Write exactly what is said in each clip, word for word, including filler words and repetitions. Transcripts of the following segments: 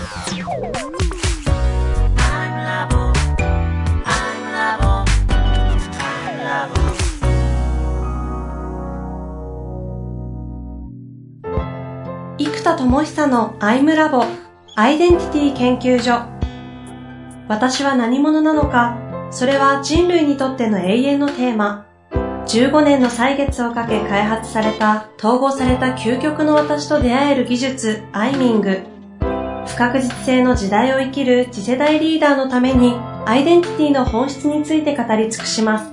生田智久のアイムラボアイデンティティ研究所。私は何者なのか、それは人類にとっての永遠のテーマ。じゅうごねんの歳月をかけ開発された統合された究極の私と出会える技術アイミング。不確実性の時代を生きる次世代リーダーのためにアイデンティティの本質について語り尽くします。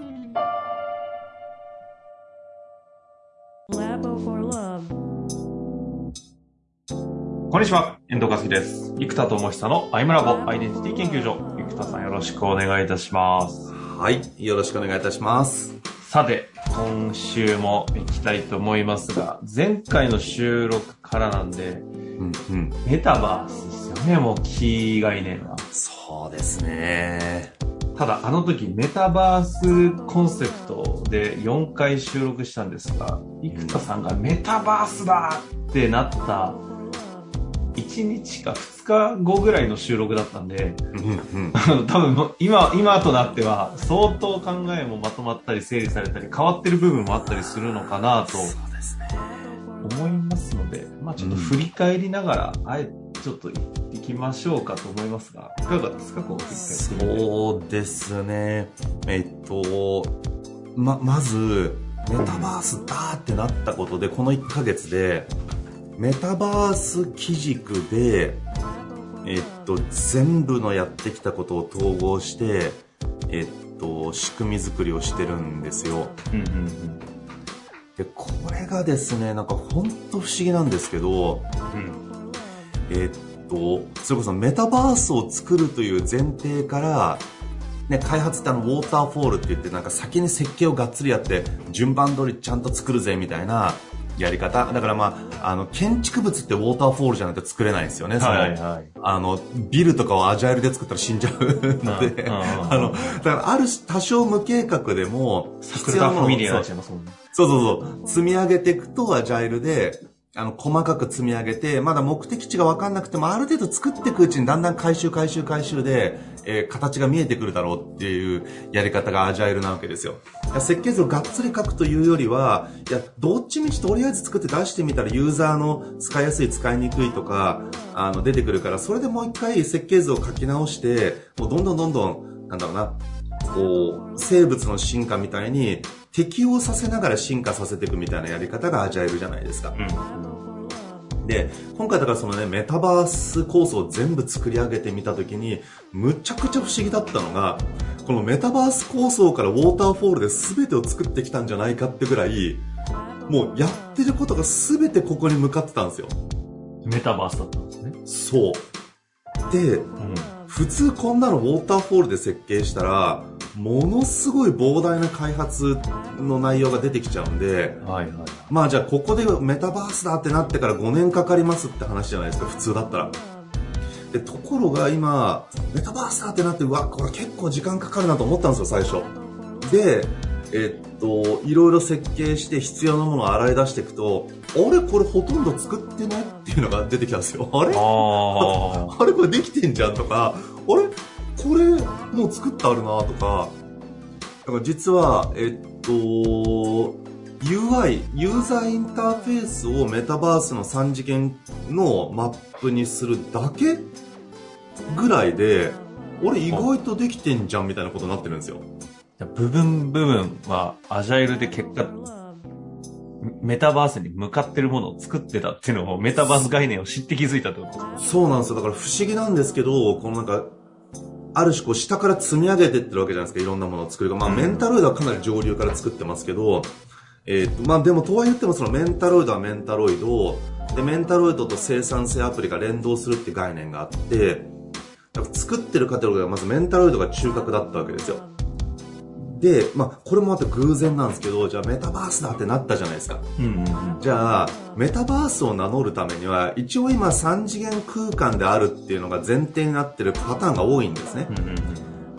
こんにちは、遠藤和樹です。生田智久のアイムラボアイデンティティ研究所。生田さんよろしくお願いいたします。 はい、よろしくお願いいたします。 さて、今週も行きたいと思いますが、前回の収録からなんで、うんうん、メタバースですよね、もうキー概念は。 そうですね。 ただあの時メタバースコンセプトでよんかい収録したんですが、生田さんがメタバースだってなったいちにちかふつかごぐらいの収録だったんで、うんうん、多分今、今となっては相当考えもまとまったり整理されたり変わってる部分もあったりするのかなと思いますので、まあちょっと振り返りながら、あえてちょっと行ってきましょうかと思いますが、いかがですか、この振り返り。 そうですね。えっと、ま、まず、メタバースだってなったことで、このいっかげつで、メタバース基軸で、えっと、全部のやってきたことを統合して、えっと、仕組み作りをしてるんですよ。うんうんうん、で、これがですね、なんか本当不思議なんですけど、うん、えっと、それこそメタバースを作るという前提から、ね、開発ってあの、ウォーターフォールって言って、なんか先に設計をがっつりやって、順番通りちゃんと作るぜみたいな、やり方だからまああの建築物ってウォーターフォールじゃなくて作れないんですよね。はいはい。あのビルとかをアジャイルで作ったら死んじゃうので、あのだからある多少無計画でも必要なファミリアになっちゃいますもんね。 そうそうそう積み上げていくとアジャイルであの細かく積み上げてまだ目的地が分かんなくてもある程度作っていくうちにだんだん回収回収回収で、えー、形が見えてくるだろうっていうやり方がアジャイルなわけですよ。設計図をがっつり書くというよりはいやどっちみちとりあえず作って出してみたらユーザーの使いやすい使いにくいとかあの出てくるからそれでもう一回設計図を書き直してもうどんどんどんどんなんだろうなこう生物の進化みたいに適応させながら進化させていくみたいなやり方がアジャイルじゃないですか。うん、で今回だからそのねメタバース構想を全部作り上げてみたときにむちゃくちゃ不思議だったのがこのメタバース構想からウォーターフォールで全てを作ってきたんじゃないかってぐらいもうやってることが全てここに向かってたんですよ。 メタバースだったんですね。 そうで、うん、普通こんなのウォーターフォールで設計したらものすごい膨大な開発の内容が出てきちゃうんで、はいはい、まあじゃあここでメタバースだってなってからごねんかかりますって話じゃないですか普通だったら。でところが今メタバースだってなってうわこれ結構時間かかるなと思ったんですよ最初でえっといろいろ設計して必要なものを洗い出していくとあれこれほとんど作ってないっていうのが出てきたんですよ。あれ あ, あれこれできてんじゃんとかあれこれもう作ってあるなとかだから実はえっと ユーアイ ユーザーインターフェースをメタバースのさん次元のマップにするだけぐらいで俺意外とできてんじゃんみたいなことになってるんですよ。 部分部分はアジャイルで結果メタバースに向かってるものを作ってたっていうのをメタバース概念を知って気づいたってことですか。 そうなんですよ。だから不思議なんですけどこのなんかある種こう下から積み上げてってるわけじゃないですかいろんなものを作るまあメンタロイドはかなり上流から作ってますけどえーとまあ、でもとは言ってもそのメンタロイドはメンタロイドでメンタロイドと生産性アプリが連動するって概念があって作ってるカテゴリーがまずメンタロイドが中核だったわけですよ。で、まあ、これもまた偶然なんですけどじゃあメタバースだってなったじゃないですか、うんうんうん、じゃあメタバースを名乗るためには一応今さん次元空間であるっていうのが前提になってるパターンが多いんですね、うんうんうん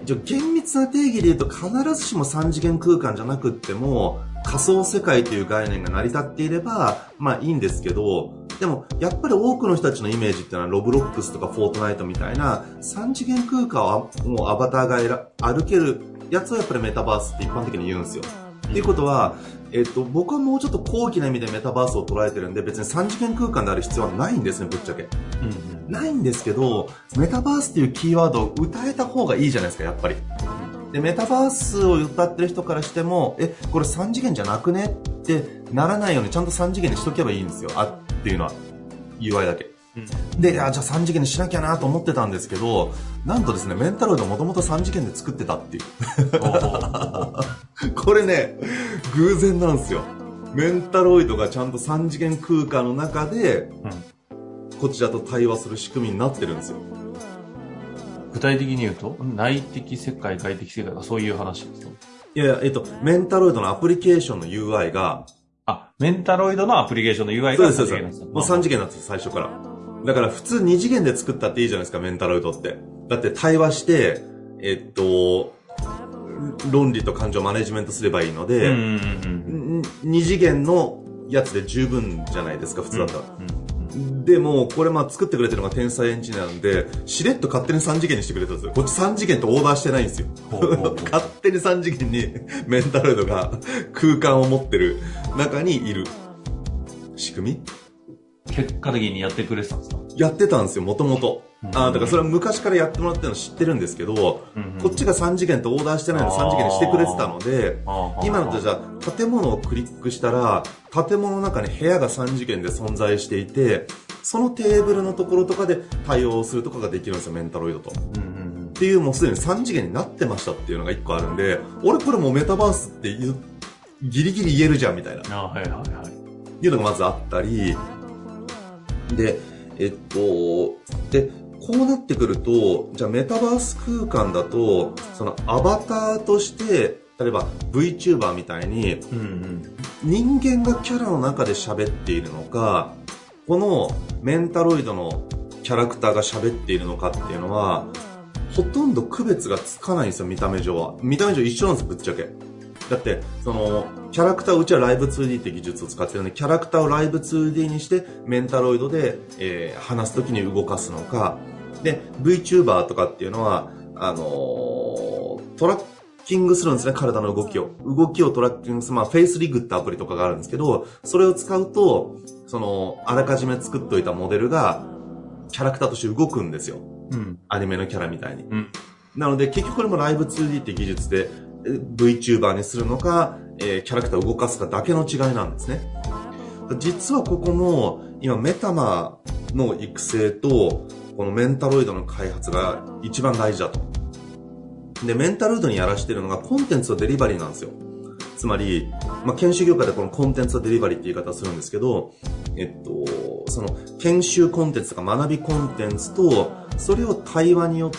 一応厳密な定義で言うと必ずしもさん次元空間じゃなくっても仮想世界という概念が成り立っていればまあいいんですけど、でもやっぱり多くの人たちのイメージっていうのはロブロックスとかフォートナイトみたいなさん次元空間をもうアバターが歩けるやつをやっぱりメタバースって一般的に言うんですよ。っていうことは、えっと、僕はもうちょっと高貴な意味でメタバースを捉えてるんで別にさん次元空間である必要はないんですね、ぶっちゃけ。うんうん、ないんですけど、メタバースっていうキーワードを歌えた方がいいじゃないですか、やっぱり。で、メタバースを歌ってる人からしても、え、これさん次元じゃなくねってならないようにちゃんとさん次元にしとけばいいんですよ。あっていうのは ユーアイ だけ。うん、で、あ、じゃあさん次元にしなきゃなと思ってたんですけど、なんとですね、メンタロイドもともとさん次元で作ってたっていう。これね、偶然なんですよ。メンタロイドがちゃんとさん次元空間の中で、うん、こちらと対話する仕組みになってるんですよ。 具体的に言うと内的世界外的世界がそういう話ですか？ いやいや、えっとメンタロイドのアプリケーションの ユーアイ があメンタロイドのアプリケーションの ユーアイ がさん次元なんですよ。 もうさん次元なんですよ、最初から。だから普通に次元で作ったっていいじゃないですか、メンタロイドって。だって対話してえっと論理と感情をマネジメントすればいいので、うんうんうん、に次元のやつで十分じゃないですか、普通だったら。うんうんでも、これまあ作ってくれてるのが天才エンジニアなんで、しれっと勝手にさん次元にしてくれたんですよ。こっちさん次元とオーダーしてないんですよ。ほうほうほう勝手にさん次元にメンタロイドが空間を持ってる中にいる仕組み？ 結果的にやってくれてたんですか？ やってたんですよ、もともと。ああ、だからそれは昔からやってもらってるの知ってるんですけど、うんうん、こっちがさん次元とオーダーしてないのさん次元にしてくれてたので、今のとじゃあ建物をクリックしたら、建物の中に部屋がさん次元で存在していて、そのテーブルのところとかで対応するとかができるんですよ、メンタロイドと。うんうんうん、っていう、もうすでにさん次元になってましたっていうのがいっこあるんで、俺これもうメタバースってギリギリ言えるじゃんみたいな。あ、はいはいはい。いうのがまずあったり、で、えっと、で、こうなってくると、じゃあメタバース空間だと、そのアバターとして、例えば VTuber みたいに、うんうん、人間がキャラの中で喋っているのか、このメンタロイドのキャラクターが喋っているのかっていうのは、ほとんど区別がつかないんですよ、見た目上は。見た目上一緒なんです、ぶっちゃけ。だって、その、キャラクター、うちはライブ ツーディー って技術を使ってるので、キャラクターをライブ ツーディー にして、メンタロイドで、えー、話すときに動かすのか、で、VTuber とかっていうのは、あのー、トラッキングするんですね、体の動きを。動きをトラッキングする、まあ、フェイスリグってアプリとかがあるんですけど、それを使うと、その、あらかじめ作っといたモデルが、キャラクターとして動くんですよ。うん。アニメのキャラみたいに。うん。なので、結局これもライブ ツーディー って技術で、VTuber にするのか、えー、キャラクターを動かすかだけの違いなんですね。実はここも、今メタマの育成と、このメンタロイドの開発が一番大事だと。で、メンタロイドにやらしてるのがコンテンツとデリバリーなんですよ。つまり、まあ、研修業界でこのコンテンツとデリバリーって言い方をするんですけど、えっと、その研修コンテンツとか学びコンテンツと、それを対話によって、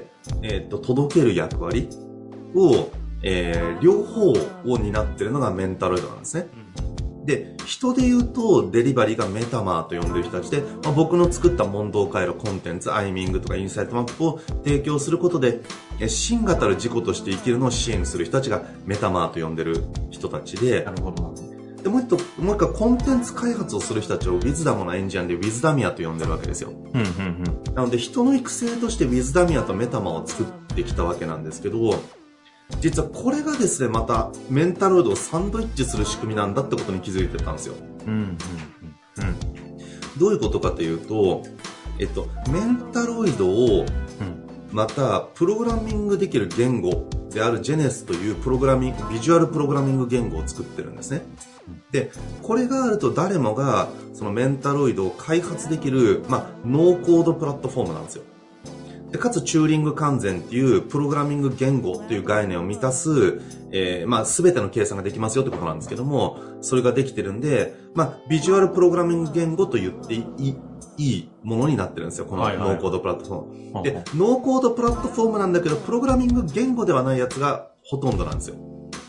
えっと、届ける役割を、えー、両方を担ってるのがメンタロイドなんですね。で、人で言うとデリバリーがメタマーと呼んでる人たちで、まあ、僕の作った問答回路コンテンツ、アイミングとかインサイトマップを提供することで、真がたる自己として生きるのを支援する人たちがメタマーと呼んでる人たちで、なるほど。で、もう一個、もう一回コンテンツ開発をする人たちをウィズダムのエンジニアでウィズダミアと呼んでるわけですよ。うんうんうん。なので人の育成としてウィズダミアとメタマーを作ってきたわけなんですけど、実はこれがですね、またメンタロイドをサンドイッチする仕組みなんだってことに気づいてたんですよ。うんうんうんうん。どういうことかというと、えっと、メンタロイドを、またプログラミングできる言語であるジェネスというプログラミング、ビジュアルプログラミング言語を作ってるんですね。で、これがあると誰もがそのメンタロイドを開発できる、まあ、ノーコードプラットフォームなんですよ。でかつチューリング完全っていうプログラミング言語という概念を満たす、えー、まあ全ての計算ができますよってことなんですけども、それができてるんで、まあビジュアルプログラミング言語と言っていい、いいものになってるんですよ、このノーコードプラットフォーム。はいはい、で、ノーコードプラットフォームなんだけど、プログラミング言語ではないやつがほとんどなんですよ。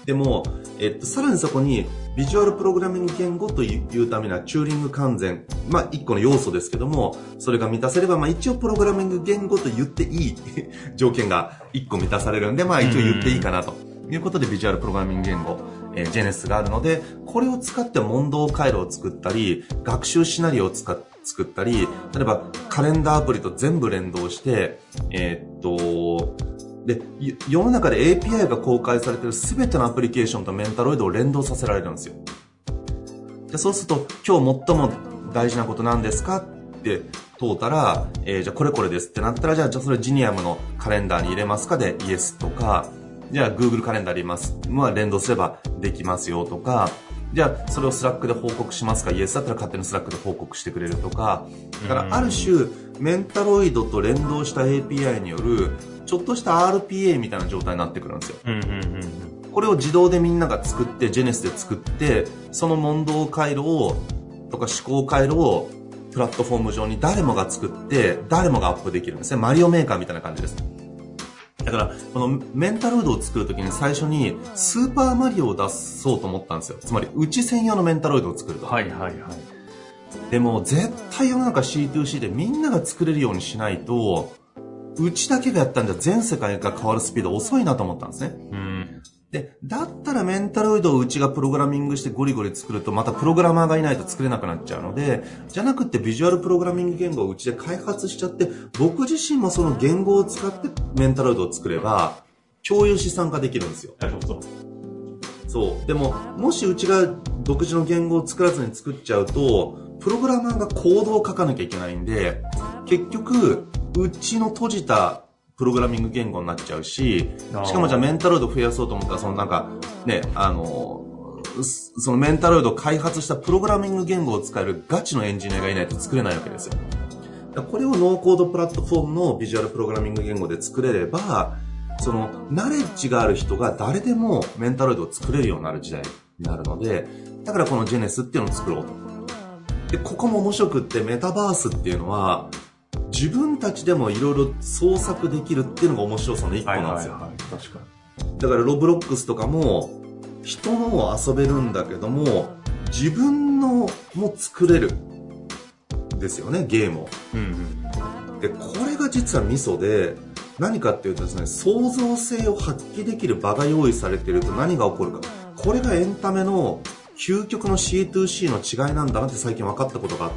でも、えっと、さらにそこにビジュアルプログラミング言語というためにはチューリング完全、まあ一個の要素ですけども、それが満たせれば、まあ一応プログラミング言語と言っていい条件が一個満たされるんで、まあ一応言っていいかなということでビジュアルプログラミング言語、えー、ジェネスがあるので、これを使って問答回路を作ったり、学習シナリオを使っ作ったり、例えばカレンダーアプリと全部連動して、えー、っと、で、世の中で エーピーアイ が公開されている全てのアプリケーションとメンタロイドを連動させられるんですよ。で、そうすると、今日最も大事なことなんですかって問うたら、えー、じゃあこれこれですってなったら、じゃあ、じゃあそれジニアムのカレンダーに入れますかで、イエスとか、じゃあ Google カレンダー入れます。まあ連動すればできますよとか、じゃあそれをスラックで報告しますか、イエスだったら勝手にスラックで報告してくれるとか、だからある種、メンタロイドと連動した エーピーアイ による、ちょっとした アールピーエー みたいな状態になってくるんですよ。うんうんうん、これを自動でみんなが作って、ジェネスで作って、その問答回路を、とか思考回路を、プラットフォーム上に誰もが作って、誰もがアップできるんですね。マリオメーカーみたいな感じです。だから、このメンタロイドを作るときに最初に、スーパーマリオを出そうと思ったんですよ。つまり、うち専用のメンタロイドを作ると。はいはいはい。でも、絶対世の中 シーツーシー でみんなが作れるようにしないと、うちだけがやったんじゃ全世界が変わるスピード遅いなと思ったんですね。うん。で、だったらメンタロイドをうちがプログラミングしてゴリゴリ作るとまたプログラマーがいないと作れなくなっちゃうので、じゃなくてビジュアルプログラミング言語をうちで開発しちゃって、僕自身もその言語を使ってメンタロイドを作れば、共有資産化できるんですよ。なるほど。そう。でも、もしうちが独自の言語を作らずに作っちゃうと、プログラマーがコードを書かなきゃいけないんで、結局、うちの閉じたプログラミング言語になっちゃうし、しかもじゃあメンタロイド増やそうと思ったら、そのなんか、ね、あの、そのメンタロイドを開発したプログラミング言語を使えるガチのエンジニアがいないと作れないわけですよ。これをノーコードプラットフォームのビジュアルプログラミング言語で作れれば、そのナレッジがある人が誰でもメンタロイドを作れるようになる時代になるので、だからこのジェネスっていうのを作ろうと。で、ここも面白くってメタバースっていうのは、自分たちでもいろいろ創作できるっていうのが面白さの一個なんですよ。はいはいはい、確かに。だからロブロックスとかも人のを遊べるんだけども自分のも作れるですよね、ゲームを。うんうん、でこれが実はミソで何かっていうとですね、創造性を発揮できる場が用意されていると何が起こるか。これがエンタメの究極の シーツーシー の違いなんだなって最近分かったことがあって、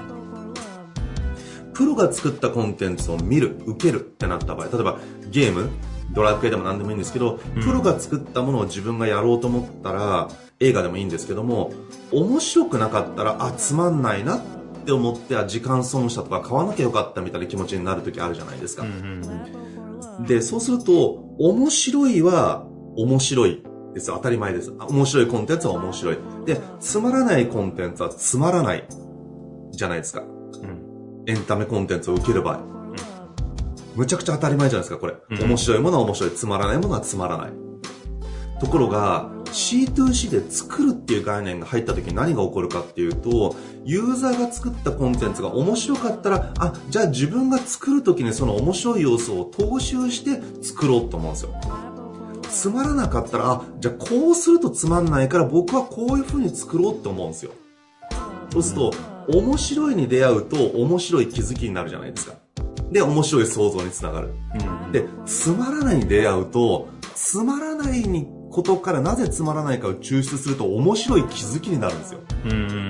プロが作ったコンテンツを見る、受けるってなった場合、例えばゲーム、ドラクエでも何でもいいんですけど、プロが作ったものを自分がやろうと思ったら、映画でもいいんですけども、面白くなかったら、あ、つまんないなって思って、時間損したとか買わなきゃよかったみたいな気持ちになる時あるじゃないですか。で、そうすると、面白いは面白いです。当たり前です。面白いコンテンツは面白い。で、つまらないコンテンツはつまらないじゃないですか。エンタメコンテンツを受ける場合、うん、むちゃくちゃ当たり前じゃないですか、これ、うん、面白いものは面白い、つまらないものはつまらない。ところが シーツーシー で作るっていう概念が入った時に何が起こるかっていうと、ユーザーが作ったコンテンツが面白かったら、あ、じゃあ自分が作る時にその面白い要素を踏襲して作ろうと思うんですよ。つまらなかったら、あ、じゃあこうするとつまんないから僕はこういう風に作ろうって思うんですよ。そうすると、面白いに出会うと面白い気づきになるじゃないですか。で、面白い想像につながる。うん、で、つまらないに出会うと、つまらないことからなぜつまらないかを抽出すると面白い気づきになるんですよ。うんうんうんうん、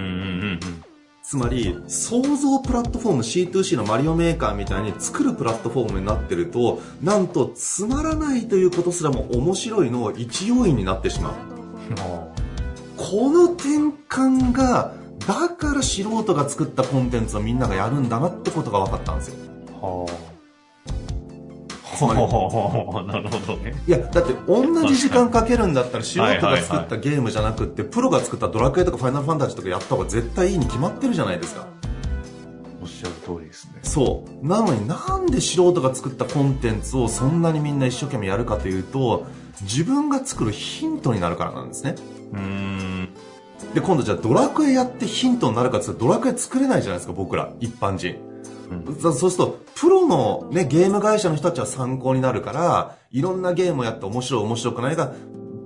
つまり、創造プラットフォーム シーツーシー のマリオメーカーみたいに作るプラットフォームになってると、なんとつまらないということすらも面白いの一要因になってしまう。この転換が、だから素人が作ったコンテンツをみんながやるんだなってことが分かったんですよ。はあ。はあ、なるほどね。いや、だって同じ時間かけるんだったら素人が作ったゲームじゃなくって、プロが作ったドラクエとかファイナルファンタジーとかやった方が絶対いいに決まってるじゃないですか。おっしゃる通りですね。そう。なのになんで素人が作ったコンテンツをそんなにみんな一生懸命やるかというと、自分が作るヒントになるからなんですね。うーん。で、今度じゃあドラクエやってヒントになるかって言ったらドラクエ作れないじゃないですか、僕ら、一般人。うん、そうすると、プロのね、ゲーム会社の人たちは参考になるから、いろんなゲームをやって面白い面白くないが、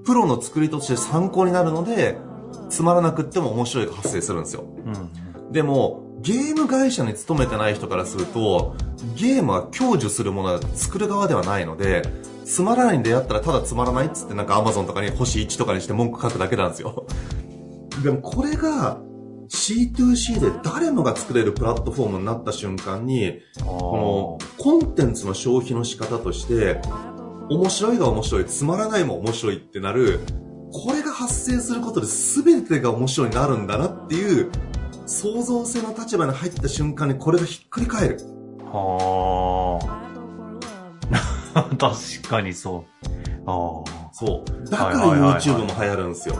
プロの作りとして参考になるので、つまらなくっても面白いが発生するんですよ。うん、でも、ゲーム会社に勤めてない人からすると、ゲームは享受するものは作る側ではないので、つまらないんでやったらただつまらないっつってなんか Amazon とかに星いちとかにして文句書くだけなんですよ。でもこれが シーツーシー で誰もが作れるプラットフォームになった瞬間に、このコンテンツの消費の仕方として、面白いが面白い、つまらないも面白いってなる、これが発生することで全てが面白いになるんだなっていう創造性の立場に入った瞬間にこれがひっくり返る。はあ。確かにそう。ああ。そう。だから YouTube も流行るんですよ。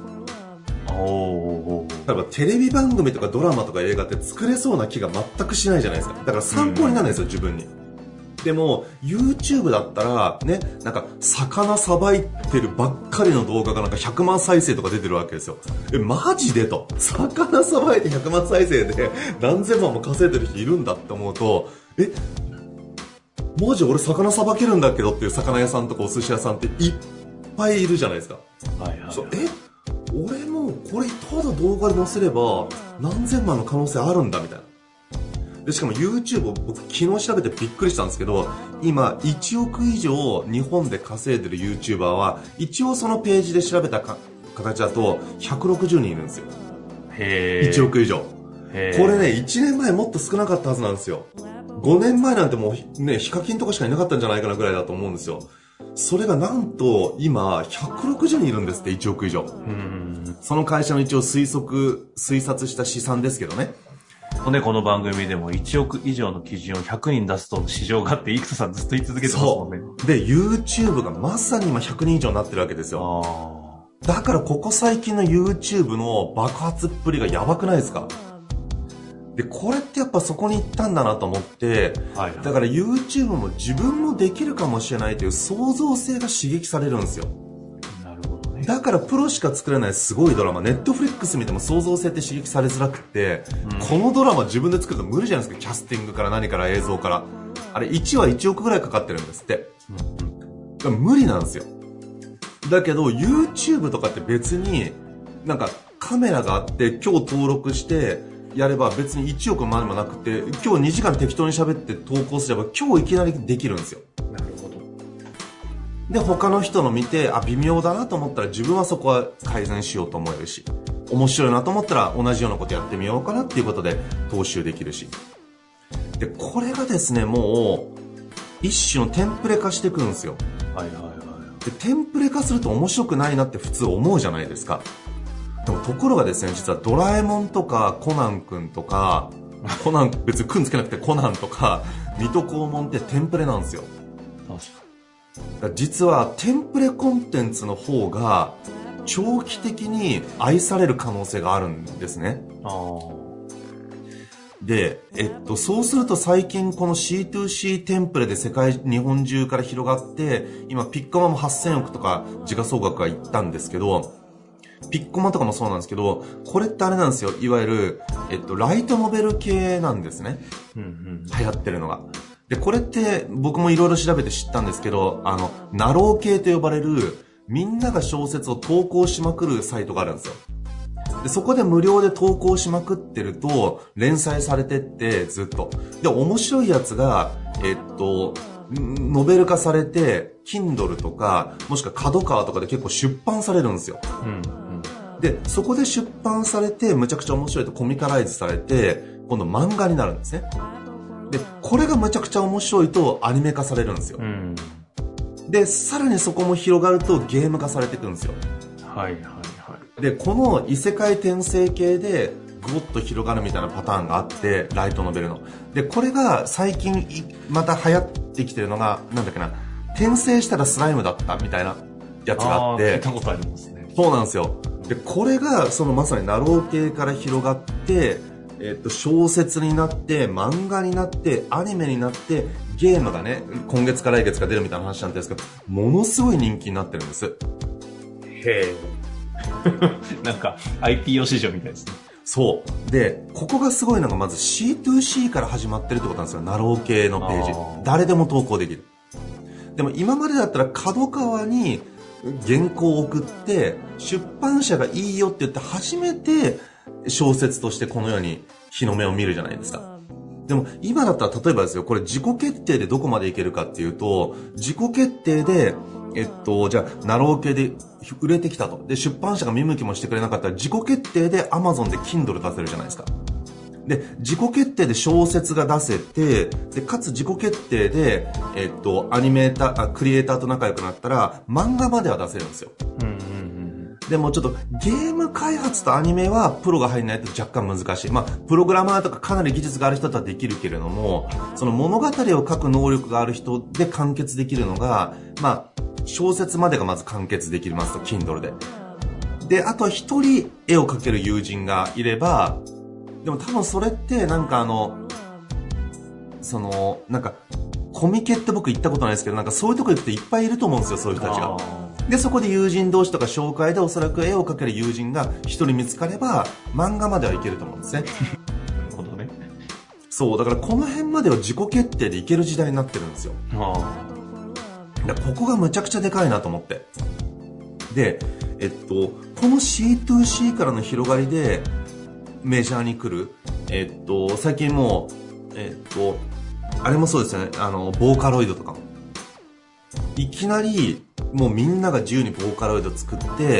お例えばテレビ番組とかドラマとか映画って作れそうな気が全くしないじゃないですか。だから参考になるんですよ、自分に。でも YouTube だったらね、なんか魚さばいてるばっかりの動画がなんかひゃくまん再生とか出てるわけですよ。え、マジでと。魚さばいてひゃくまん再生で何千万も稼いでる人いるんだって思うと、え、マジ俺魚さばけるんだけどっていう魚屋さんとかお寿司屋さんっていっぱいいるじゃないですか。はいはい。そう、え、俺もこれただ動画で載せれば何千万の可能性あるんだみたいな。でしかも YouTube を僕昨日調べてびっくりしたんですけど、今いちおく以上日本で稼いでる YouTuber は一応そのページで調べたか形だとひゃくろくじゅうにんいるんですよ。へー。いちおく以上。へー。これね、いちねんまえもっと少なかったはずなんですよ。ごねんまえなんてもうね、ヒカキンとかしかいなかったんじゃないかなぐらいだと思うんですよ。それがなんと今ひゃくろくじゅうにんいるんですって、いちおく以上。うん。その会社の一応推測、推察した試算ですけどね。 ね、この番組でもいちおく以上の基準をひゃくにん出すと市場があって、生田さんずっと言い続けてますもんね。 そう。で、YouTube がまさに今ひゃくにん以上になってるわけですよ。あ、だからここ最近の YouTube の爆発っぷりがやばくないですか？で、これってやっぱそこに行ったんだなと思って、はいはい、だから YouTube も自分もできるかもしれないという創造性が刺激されるんですよ。だからプロしか作れないすごいドラマ、ネットフリックス見ても創造性って刺激されづらくて、うん、このドラマ自分で作ると無理じゃないですか。キャスティングから何から映像から。あれいちわいちおくぐらいかかってるんですって。だから無理なんですよ。だけど YouTube とかって別になんかカメラがあって今日登録してやれば別にいちおくまでもなくて、今日にじかん適当に喋って投稿すれば今日いきなりできるんですよ。で、他の人の見て、あ、微妙だなと思ったら自分はそこは改善しようと思えるし、面白いなと思ったら同じようなことやってみようかなっていうことで踏襲できるし。で、これがですね、もう一種のテンプレ化してくるんですよ。はいはいはい。で、テンプレ化すると面白くないなって普通思うじゃないですか。でもところがですね、実はドラえもんとかコナンくんとか、コナン、別にくんつけなくてコナンとか、水戸黄門ってテンプレなんですよ。確かに。実はテンプレコンテンツの方が長期的に愛される可能性があるんですね。あで、えっと、そうすると最近この シーツーシー テンプレで世界、日本中から広がって、今ピッコマもはっせんおくとか時価総額がいったんですけど、ピッコマとかもそうなんですけど、これってあれなんですよ。いわゆる、えっと、ライトノベル系なんですね。うんうん、流行ってるのが。で、これって僕もいろいろ調べて知ったんですけど、あの、ナロー系と呼ばれるみんなが小説を投稿しまくるサイトがあるんですよ。で、そこで無料で投稿しまくってると連載されてってずっと。で、面白いやつが、えっと、ノベル化されて、Kindle とか、もしくは角川とかで結構出版されるんですよ。うんうん、で、そこで出版されて、むちゃくちゃ面白いとコミカライズされて、今度漫画になるんですね。で、これがむちゃくちゃ面白いとアニメ化されるんですよ。うん、で、さらにそこも広がるとゲーム化されていくんですよ。はいはいはい。で、この異世界転生系でぐっと広がるみたいなパターンがあって、ライトノベルの。で、これが最近また流行ってきてるのが、なんだっけな、転生したらスライムだったみたいなやつがあって。 聞いたことありますね。 そうなんですよ。で、これがそのまさにナロー系から広がって、えっと、小説になって、漫画になって、アニメになって、ゲームがね、今月か来月か出るみたいな話なんですけど、ものすごい人気になってるんです。 へー。なんか、アイピーオー 市場みたいですね。 そう。で、ここがすごいのが、まず シーツーシー から始まってるってことなんですよ。ナロー系のページ。誰でも投稿できる。でも今までだったら角川に、 原稿を送って、出版社がいいよって言って初めて小説としてこのように日の目を見るじゃないですか。でも今だったら例えばですよ、これ自己決定でどこまでいけるかっていうと、自己決定で、えっと、じゃあ、ナロー系で売れてきたと。で、出版社が見向きもしてくれなかったら自己決定で Amazon で Kindle 出せるじゃないですか。で、自己決定で小説が出せて、で、かつ自己決定で、えっと、アニメーター、クリエイターと仲良くなったら、漫画までは出せるんですよ。うんうんうん、でもちょっと、ゲーム開発とアニメはプロが入んないと若干難しい。まあ、プログラマーとかかなり技術がある人だったらできるけれども、その物語を書く能力がある人で完結できるのが、まあ、小説までがまず完結できますと、Kindle で。で、あとは一人絵を描ける友人がいれば、でも多分それってなんかあの、その、なんか、コミケって僕行ったことないですけど、なんかそういうとこ行くといっぱいいると思うんですよ、そういう人たちが。で、そこで友人同士とか紹介でおそらく絵を描ける友人が一人見つかれば、漫画まではいけると思うんですね。なるほどね。そう、だからこの辺までは自己決定でいける時代になってるんですよ。だからここがむちゃくちゃでかいなと思って。で、えっと、この シーツーシー からの広がりでメジャーに来る、えっと、最近もう、えっと、あれもそうですよね、あの、ボーカロイドとかも。いきなり、もうみんなが自由にボーカロイド作って、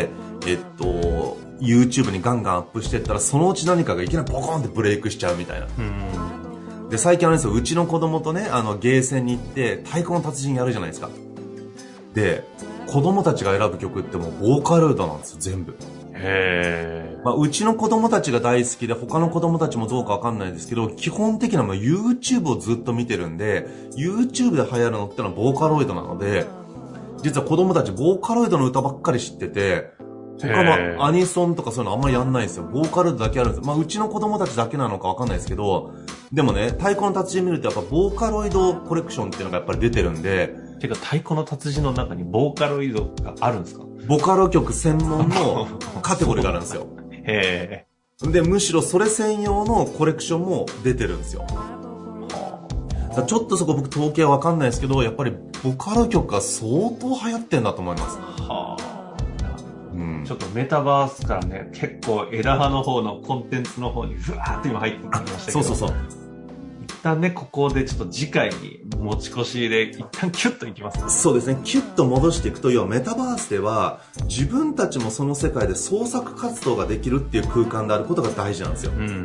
えっと、YouTube にガンガンアップしていったら、そのうち何かがいきなりボコンってブレイクしちゃうみたいな。うんで、最近あれですよ、うちの子供とね、あの、ゲーセンに行って、太鼓の達人やるじゃないですか。で、子供たちが選ぶ曲ってもうボーカロイドなんですよ、全部。へー。まあ、うちの子供たちが大好きで、他の子供たちもどうかわかんないですけど、基本的にはもう YouTube をずっと見てるんで、YouTube で流行るのってのはボーカロイドなので、実は子供たちボーカロイドの歌ばっかり知ってて、他のアニソンとかそういうのあんまりやんないんですよ。ボーカロイドだけあるんですよ。まあ、うちの子供たちだけなのかわかんないですけど、でもね、太鼓の達人見るとやっぱボーカロイドコレクションっていうのがやっぱり出てるんで。 てか太鼓の達人の中にボーカロイドがあるんですか？ ボカロ曲専門のカテゴリーがあるんですよ。へー。で、むしろそれ専用のコレクションも出てるんですよ。だちょっとそこ僕統計はわかんないですけど、やっぱりボカロ曲が相当流行ってんだと思います。はあ、うん、ちょっとメタバースからね、結構枝葉の方のコンテンツの方にふわーって今入ってきましたけど。そうそうそう。一旦ね、ここでちょっと次回に持ち越しで一旦キュッといきます、ね、 そうですね。キュッと戻していくと、要はメタバースでは自分たちもその世界で創作活動ができるっていう空間であることが大事なんですよ。うんうんうん、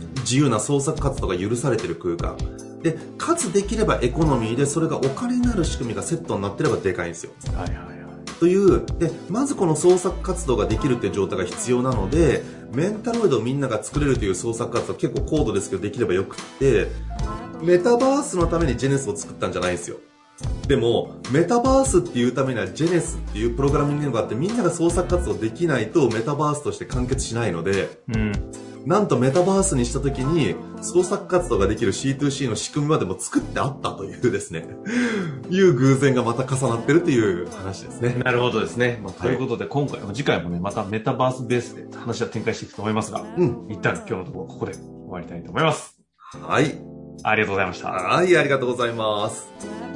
自由な創作活動が許されてる空間。で、かつできればエコノミーでそれがお金になる仕組みがセットになってればでかいんですよ。はいはいはい。という、で、まずこの創作活動ができるっていう状態が必要なので、メンタロイドをみんなが作れるという創作活動結構高度ですけどできればよくって、メタバースのためにジェネスを作ったんじゃないんですよ。でも、メタバースっていうためにはジェネスっていうプログラミングがあって、みんなが創作活動できないとメタバースとして完結しないので、うん、なんとメタバースにした時に創作活動ができる シーツーシー の仕組みまでも作ってあったというですねいう偶然がまた重なってるという話ですね。 なるほどですね、まあ、ということで今回も次回もねまたメタバースベースで話は展開していくと思いますが、うん、一旦今日のところここで終わりたいと思います。 はい、 ありがとうございました。 はい、ありがとうございます。